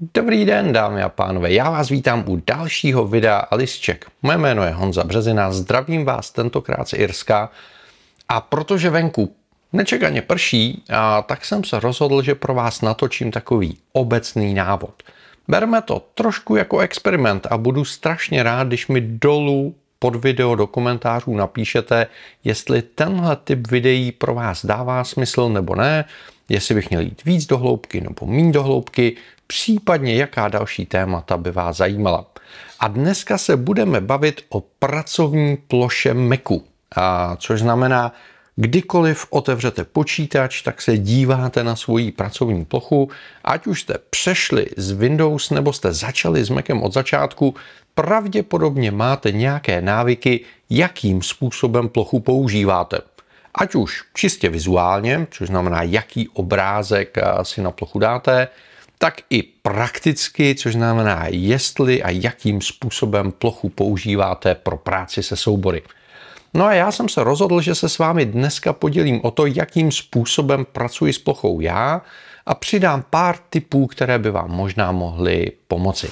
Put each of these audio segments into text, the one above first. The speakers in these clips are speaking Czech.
Dobrý den, dámy a pánové, já vás vítám u dalšího videa Alice Check. Moje jméno je Honza Březina, zdravím vás tentokrát z Irska a protože venku nečekaně prší, tak jsem se rozhodl, že pro vás natočím takový obecný návod. Berme to trošku jako experiment a budu strašně rád, když mi dolů pod video do komentářů napíšete, jestli tenhle typ videí pro vás dává smysl nebo ne, jestli bych měl jít víc do hloubky nebo méně do hloubky, případně jaká další témata by vás zajímala. A dneska se budeme bavit o pracovní ploše Macu, což znamená, kdykoliv otevřete počítač, tak se díváte na svoji pracovní plochu, ať už jste přešli z Windows nebo jste začali s Macem od začátku, pravděpodobně máte nějaké návyky, jakým způsobem plochu používáte. Ať už čistě vizuálně, což znamená, jaký obrázek si na plochu dáte, tak i prakticky, což znamená, jestli a jakým způsobem plochu používáte pro práci se soubory. No a já jsem se rozhodl, že se s vámi dneska podělím o to, jakým způsobem pracuji s plochou já a přidám pár tipů, které by vám možná mohly pomoci.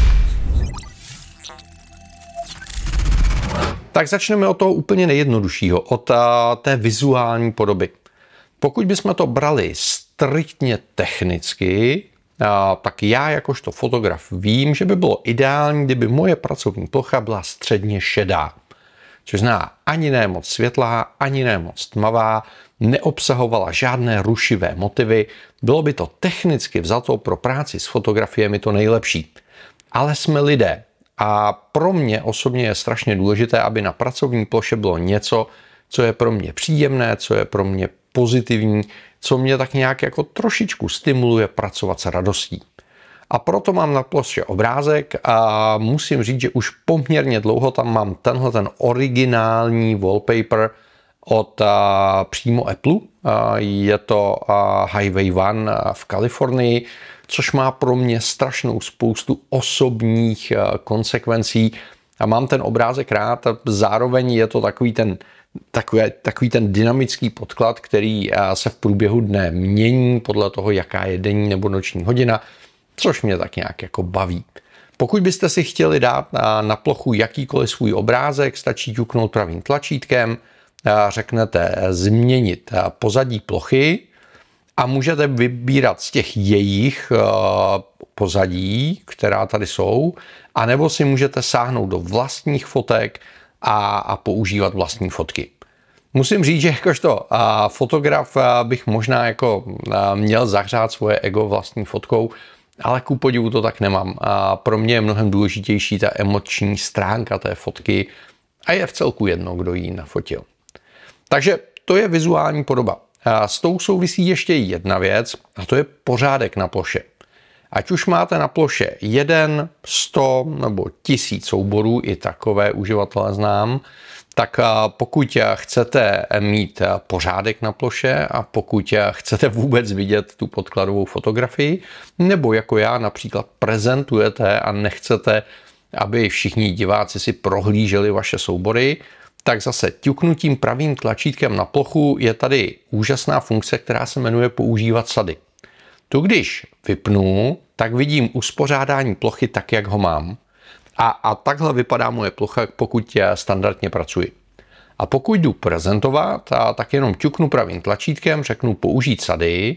Tak začneme od toho úplně nejjednoduššího, od té vizuální podoby. Pokud bychom to brali striktně technicky, tak já jakožto fotograf vím, že by bylo ideální, kdyby moje pracovní plocha byla středně šedá. Což znamená ani ne moc světlá, ani ne moc tmavá, neobsahovala žádné rušivé motivy, bylo by to technicky vzato pro práci s fotografiemi to nejlepší. Ale jsme lidé a pro mě osobně je strašně důležité, aby na pracovní ploše bylo něco, co je pro mě příjemné, co je pro mě pozitivní, co mě tak nějak jako trošičku stimuluje pracovat s radostí. A proto mám na ploše obrázek a musím říct, že už poměrně dlouho tam mám tenhle ten originální wallpaper od přímo Apple. Je to Highway One v Kalifornii, což má pro mě strašnou spoustu osobních konsekvencí. A mám ten obrázek rád a zároveň je to takový ten dynamický podklad, který se v průběhu dne mění podle toho, jaká je denní nebo noční hodina, což mě tak nějak jako baví. Pokud byste si chtěli dát na plochu jakýkoliv svůj obrázek, stačí ťuknout pravým tlačítkem, řeknete změnit pozadí plochy a můžete vybírat z těch jejich pozadí, která tady jsou, anebo si můžete sáhnout do vlastních fotek a používat vlastní fotky. Musím říct, že jakožto fotograf bych možná jako měl zahřát svoje ego vlastní fotkou, ale ku podivu to tak nemám. Pro mě je mnohem důležitější ta emoční stránka té fotky a je v celku jedno, kdo ji nafotil. Takže to je vizuální podoba. S tou souvisí ještě jedna věc a to je pořádek na ploše. Ať už máte na ploše 1, 100 nebo 1000 souborů, i takové uživatele znám, tak pokud chcete mít pořádek na ploše a pokud chcete vůbec vidět tu podkladovou fotografii, nebo jako já například prezentujete a nechcete, aby všichni diváci si prohlíželi vaše soubory, tak zase ťuknutím pravým tlačítkem na plochu je tady úžasná funkce, která se jmenuje používat sady. Tu když vypnu, tak vidím uspořádání plochy tak, jak ho mám. A takhle vypadá moje plocha, pokud standardně pracuji. A pokud jdu prezentovat, tak jenom ťuknu pravým tlačítkem, řeknu použít sady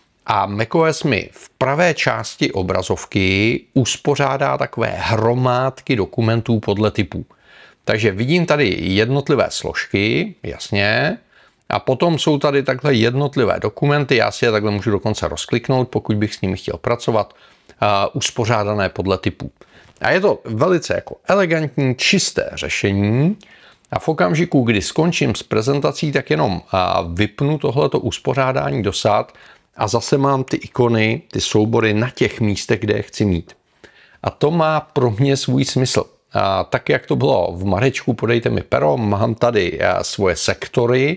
a macOS mi v pravé části obrazovky uspořádá takové hromádky dokumentů podle typů. Takže vidím tady jednotlivé složky, jasně, a potom jsou tady takhle jednotlivé dokumenty, já si je takhle můžu dokonce rozkliknout, pokud bych s nimi chtěl pracovat, uspořádané podle typů. A je to velice jako elegantní, čisté řešení a v okamžiku, kdy skončím s prezentací, tak jenom vypnu tohleto uspořádání do sad a zase mám ty ikony, ty soubory na těch místech, kde je chci mít. A to má pro mě svůj smysl. Tak, jak to bylo v Marečku, podejte mi pero, mám tady svoje sektory,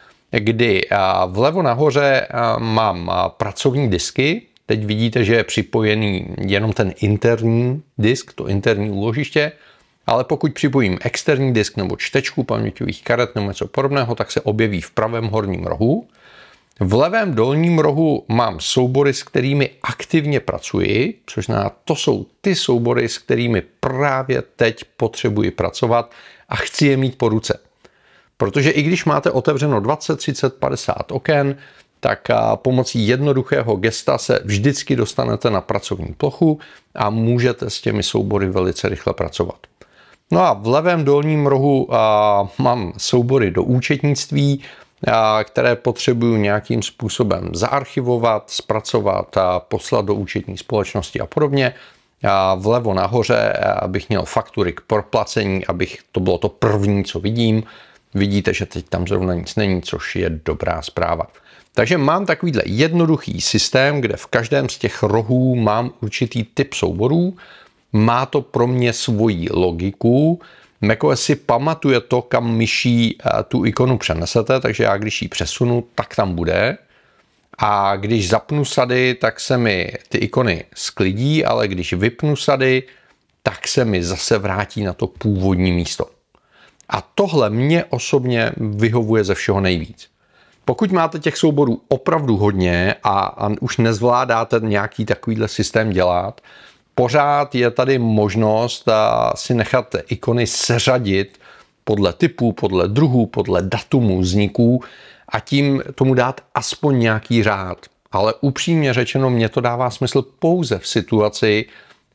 kdy vlevo nahoře mám pracovní disky. Teď vidíte, že je připojený jenom ten interní disk, to interní úložiště, ale pokud připojím externí disk nebo čtečku paměťových karet nebo něco podobného, tak se objeví v pravém horním rohu. V levém dolním rohu mám soubory, s kterými aktivně pracuji, což znamená, to jsou ty soubory, s kterými právě teď potřebuji pracovat a chci je mít po ruce. Protože i když máte otevřeno 20, 30, 50 oken, tak pomocí jednoduchého gesta se vždycky dostanete na pracovní plochu a můžete s těmi soubory velice rychle pracovat. No a v levém dolním rohu mám soubory do účetnictví, které potřebuju nějakým způsobem zaarchivovat, zpracovat a poslat do účetní společnosti a podobně. Vlevo nahoře abych měl faktury k proplacení, abych to bylo to první, co vidím. Vidíte, že teď tam zrovna nic není, což je dobrá zpráva. Takže mám takovýhle jednoduchý systém, kde v každém z těch rohů mám určitý typ souborů. Má to pro mě svoji logiku. macOS si pamatuje to, kam myší tu ikonu přenesete, takže já když ji přesunu, tak tam bude. A když zapnu sady, tak se mi ty ikony sklidí, ale když vypnu sady, tak se mi zase vrátí na to původní místo. A tohle mě osobně vyhovuje ze všeho nejvíc. Pokud máte těch souborů opravdu hodně a už nezvládáte nějaký takovýhle systém dělat, pořád je tady možnost si nechat ikony seřadit podle typu, podle druhu, podle datumu vzniků a tím tomu dát aspoň nějaký řád. Ale upřímně řečeno, mně to dává smysl pouze v situaci,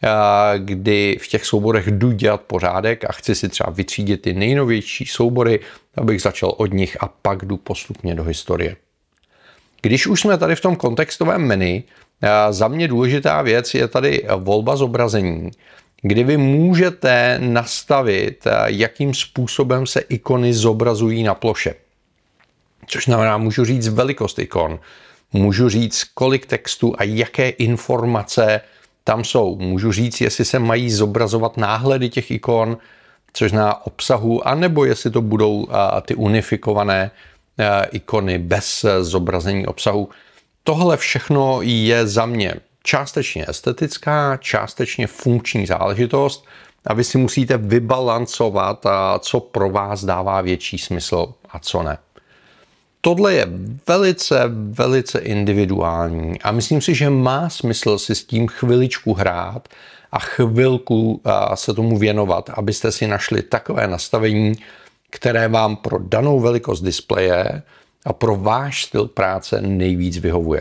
kdy v těch souborech jdu dělat pořádek a chci si třeba vytřídit ty nejnovější soubory, abych začal od nich a pak jdu postupně do historie. Když už jsme tady v tom kontextovém menu, za mě důležitá věc je tady volba zobrazení, kdy vy můžete nastavit, jakým způsobem se ikony zobrazují na ploše. Což znamená, můžu říct velikost ikon, můžu říct, kolik textu a jaké informace tam jsou. Můžu říct, jestli se mají zobrazovat náhledy těch ikon, což znamená obsahu, anebo jestli to budou ty unifikované ikony bez zobrazení obsahu. Tohle všechno je za mě částečně estetická, částečně funkční záležitost a vy si musíte vybalancovat, co pro vás dává větší smysl a co ne. Tohle je velice, velice individuální a myslím si, že má smysl si s tím chviličku hrát a chvilku se tomu věnovat, abyste si našli takové nastavení, které vám pro danou velikost displeje a pro váš styl práce nejvíc vyhovuje.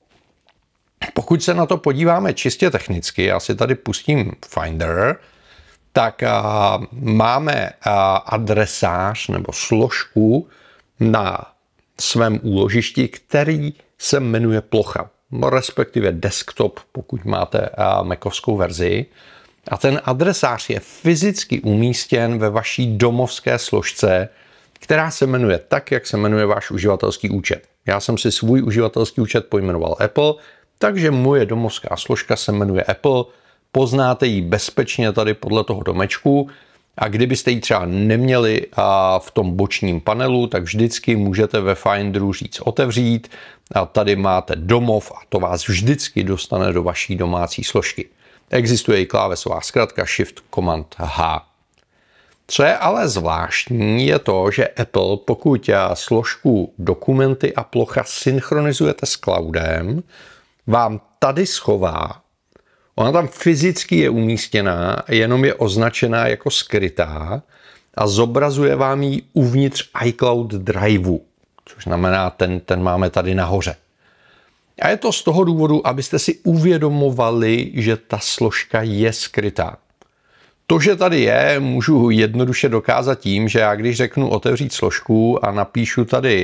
Pokud se na to podíváme čistě technicky, já si tady pustím Finder, tak máme adresář nebo složku na svém úložišti, který se jmenuje plocha, respektive desktop, pokud máte macovskou verzi. A ten adresář je fyzicky umístěn ve vaší domovské složce, která se jmenuje tak, jak se jmenuje váš uživatelský účet. Já jsem si svůj uživatelský účet pojmenoval Apple, takže moje domovská složka se jmenuje Apple. Poznáte ji bezpečně tady podle toho domečku a kdybyste ji třeba neměli v tom bočním panelu, tak vždycky můžete ve Finderu říct otevřít a tady máte domov a to vás vždycky dostane do vaší domácí složky. Existuje i klávesová zkratka Shift Command H. Co je ale zvláštní, je to, že Apple, pokud složku dokumenty a plocha synchronizujete s cloudem, vám tady schová. Ona tam fyzicky je umístěná, jenom je označená jako skrytá a zobrazuje vám ji uvnitř iCloud Driveu, což znamená, ten máme tady nahoře. A je to z toho důvodu, abyste si uvědomovali, že ta složka je skrytá. To, že tady je, můžu jednoduše dokázat tím, že já když řeknu otevřít složku a napíšu tady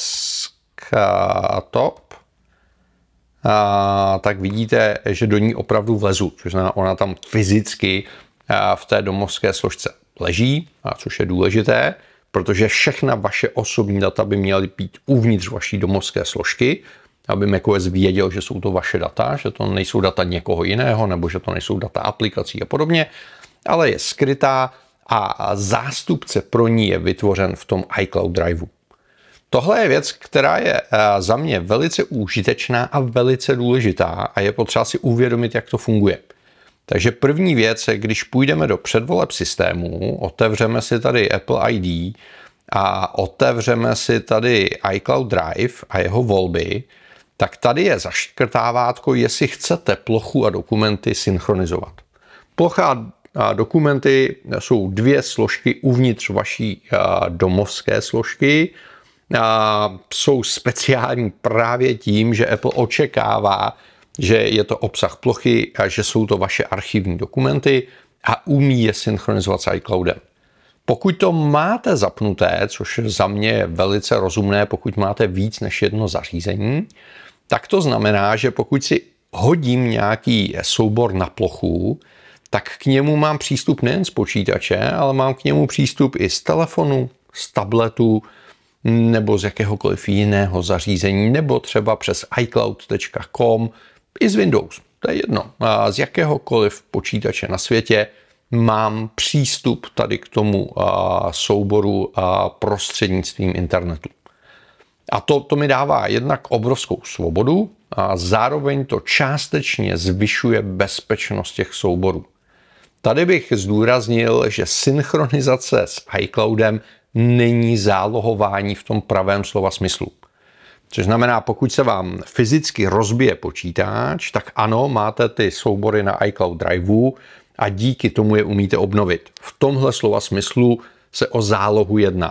desktop, tak vidíte, že do ní opravdu vlezu, což znamená, ona tam fyzicky v té domovské složce leží, což je důležité, protože všechna vaše osobní data by měly být uvnitř vaší domovské složky, aby macOS věděl, že jsou to vaše data, že to nejsou data někoho jiného, nebo že to nejsou data aplikací a podobně, ale je skrytá a zástupce pro ní je vytvořen v tom iCloud Driveu. Tohle je věc, která je za mě velice užitečná a velice důležitá a je potřeba si uvědomit, jak to funguje. Takže první věc je, když půjdeme do předvoleb systému, otevřeme si tady Apple ID a otevřeme si tady iCloud Drive a jeho volby, tak tady je zaškrtávátko, jestli chcete plochu a dokumenty synchronizovat. Plocha a dokumenty jsou dvě složky uvnitř vaší domovské složky. Jsou speciální právě tím, že Apple očekává, že je to obsah plochy a že jsou to vaše archivní dokumenty a umí je synchronizovat s iCloudem. Pokud to máte zapnuté, což za mě je velice rozumné, pokud máte víc než jedno zařízení, tak to znamená, že pokud si hodím nějaký soubor na plochu, tak k němu mám přístup nejen z počítače, ale mám k němu přístup i z telefonu, z tabletu nebo z jakéhokoliv jiného zařízení, nebo třeba přes iCloud.com i z Windows. To je jedno. A z jakéhokoliv počítače na světě mám přístup tady k tomu souboru prostřednictvím internetu. A to mi dává jednak obrovskou svobodu a zároveň to částečně zvyšuje bezpečnost těch souborů. Tady bych zdůraznil, že synchronizace s iCloudem není zálohování v tom pravém slova smyslu. Což znamená, pokud se vám fyzicky rozbije počítač, tak ano, máte ty soubory na iCloud Driveu a díky tomu je umíte obnovit. V tomhle slova smyslu se o zálohu jedná.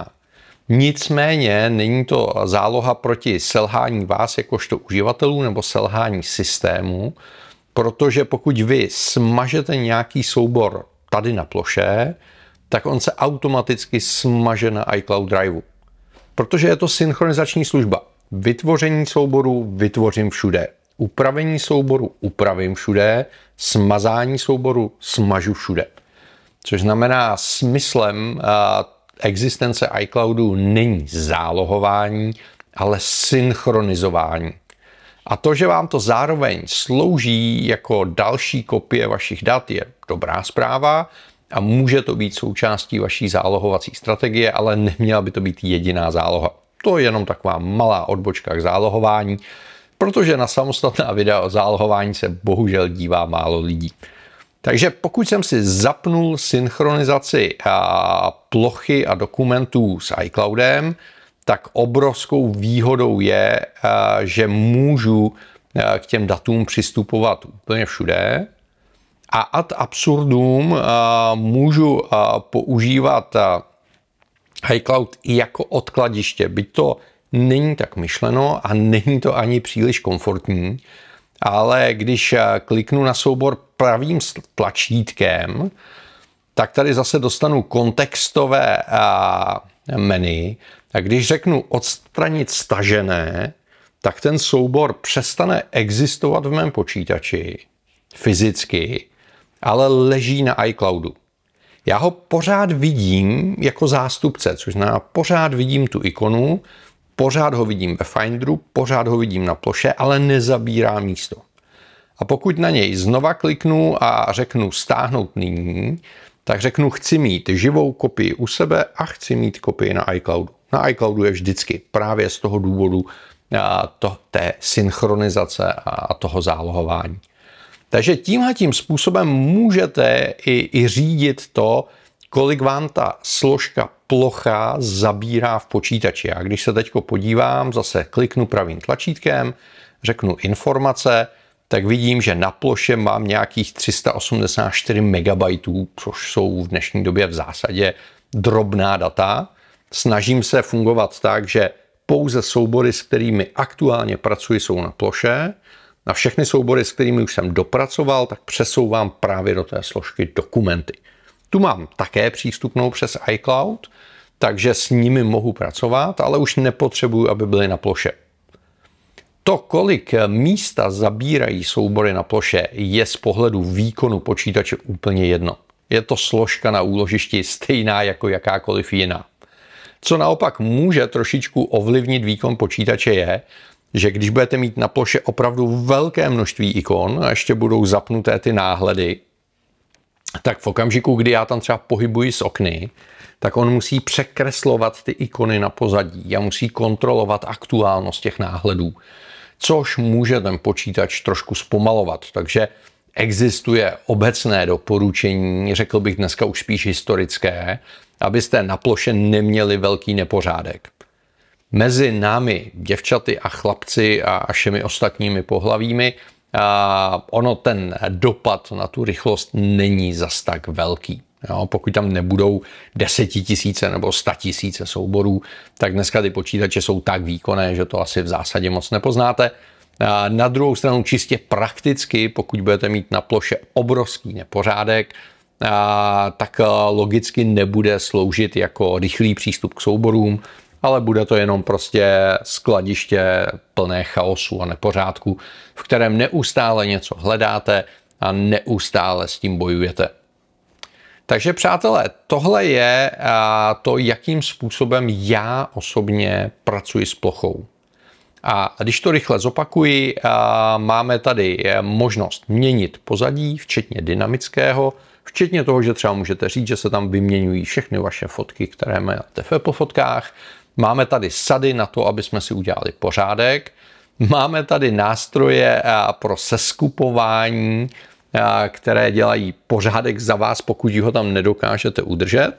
Nicméně není to záloha proti selhání vás jakožto uživatelů nebo selhání systému, protože pokud vy smažete nějaký soubor tady na ploše, tak on se automaticky smaže na iCloud Driveu. Protože je to synchronizační služba. Vytvoření souboru vytvořím všude. Upravení souboru upravím všude. Smazání souboru smažu všude. Což znamená, smyslem existence iCloudu není zálohování, ale synchronizování. A to, že vám to zároveň slouží jako další kopie vašich dat, je dobrá zpráva a může to být součástí vaší zálohovací strategie, ale neměla by to být jediná záloha. To je jenom taková malá odbočka k zálohování, protože na samostatná videa o zálohování se bohužel dívá málo lidí. Takže pokud jsem si zapnul synchronizaci plochy a dokumentů s iCloudem, tak obrovskou výhodou je, že můžu k těm datům přistupovat úplně všude a ad absurdum můžu používat iCloud i jako odkladiště, byť to není tak myšleno a není to ani příliš komfortní, ale když kliknu na soubor pravým tlačítkem, tak tady zase dostanu kontextové menu a když řeknu odstranit stažené, tak ten soubor přestane existovat v mém počítači fyzicky, ale leží na iCloudu. Já ho pořád vidím jako zástupce, což znamená pořád vidím tu ikonu, pořád ho vidím ve Finderu, pořád ho vidím na ploše, ale nezabírá místo. A pokud na něj znova kliknu a řeknu stáhnout nyní, tak řeknu chci mít živou kopii u sebe a chci mít kopii na iCloudu. Na iCloudu je vždycky právě z toho důvodu té synchronizace a toho zálohování. Takže tímhletím způsobem můžete i řídit to, kolik vám ta složka plocha zabírá v počítači. A když se teď podívám, zase kliknu pravým tlačítkem, řeknu informace, tak vidím, že na ploše mám nějakých 384 MB, což jsou v dnešní době v zásadě drobná data. Snažím se fungovat tak, že pouze soubory, s kterými aktuálně pracuji, jsou na ploše. A všechny soubory, s kterými už jsem dopracoval, tak přesouvám právě do té složky dokumenty. Tu mám také přístupnou přes iCloud, takže s nimi mohu pracovat, ale už nepotřebuji, aby byly na ploše. To, kolik místa zabírají soubory na ploše, je z pohledu výkonu počítače úplně jedno. Je to složka na úložišti stejná jako jakákoliv jiná. Co naopak může trošičku ovlivnit výkon počítače je, že když budete mít na ploše opravdu velké množství ikon a ještě budou zapnuté ty náhledy, tak v okamžiku, kdy já tam třeba pohybuji z okny, tak on musí překreslovat ty ikony na pozadí a musí kontrolovat aktuálnost těch náhledů, což může ten počítač trošku zpomalovat. Takže existuje obecné doporučení, řekl bych dneska už spíš historické, abyste na ploše neměli velký nepořádek. Mezi námi, děvčaty a chlapci a všemi ostatními pohlavími, ono ten dopad na tu rychlost není zas tak velký. Jo, pokud tam nebudou 10 000 nebo 100 000 souborů, tak dneska ty počítače jsou tak výkonné, že to asi v zásadě moc nepoznáte. Na druhou stranu čistě prakticky, pokud budete mít na ploše obrovský nepořádek, tak logicky nebude sloužit jako rychlý přístup k souborům, ale bude to jenom prostě skladiště plné chaosu a nepořádku, v kterém neustále něco hledáte a neustále s tím bojujete. Takže přátelé, tohle je to, jakým způsobem já osobně pracuji s plochou. A když to rychle zopakuji, máme tady možnost měnit pozadí, včetně dynamického, včetně toho, že třeba můžete říct, že se tam vyměňují všechny vaše fotky, které máte v Apple fotkách. Máme tady sady na to, aby jsme si udělali pořádek. Máme tady nástroje pro seskupování, které dělají pořádek za vás, pokud ho tam nedokážete udržet.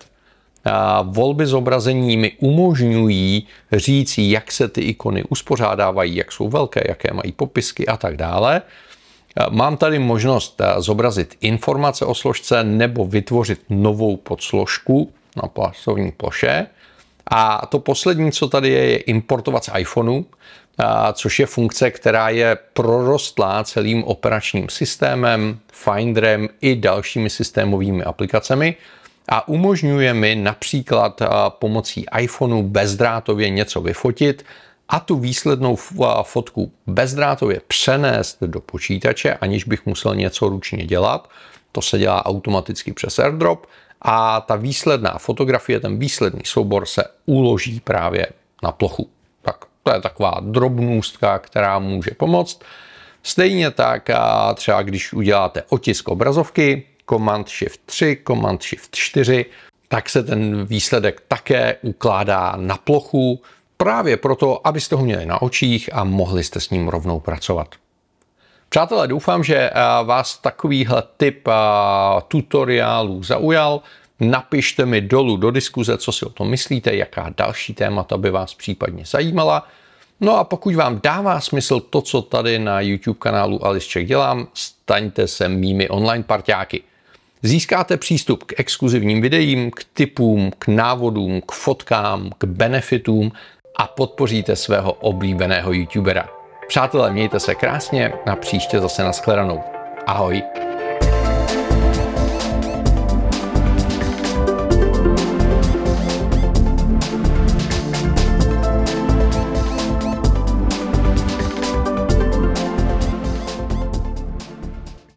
Volby zobrazení mi umožňují říct, jak se ty ikony uspořádávají, jak jsou velké, jaké mají popisky a tak dále. Mám tady možnost zobrazit informace o složce nebo vytvořit novou podsložku na pracovní ploše. A to poslední, co tady je importovat z iPhoneu, což je funkce, která je prorostlá celým operačním systémem, Finderem i dalšími systémovými aplikacemi a umožňuje mi například pomocí iPhoneu bezdrátově něco vyfotit a tu výslednou fotku bezdrátově přenést do počítače, aniž bych musel něco ručně dělat. To se dělá automaticky přes AirDrop a ta výsledná fotografie, ten výsledný soubor se uloží právě na plochu. Tak to je taková drobnůstka, která může pomoct. Stejně tak třeba když uděláte otisk obrazovky, Command Shift 3, Command Shift 4, tak se ten výsledek také ukládá na plochu, právě proto, abyste ho měli na očích a mohli jste s ním rovnou pracovat. Přátelé, doufám, že vás takovýhle typ tutoriálů zaujal. Napište mi dolů do diskuze, co si o tom myslíte, jaká další témata by vás případně zajímala. No a pokud vám dává smysl to, co tady na YouTube kanálu Alice Czech dělám, staňte se mými online parťáky. Získáte přístup k exkluzivním videím, k tipům, k návodům, k fotkám, k benefitům a podpoříte svého oblíbeného YouTubera. Přátelé, mějte se krásně a příště zase nashledanou. Ahoj.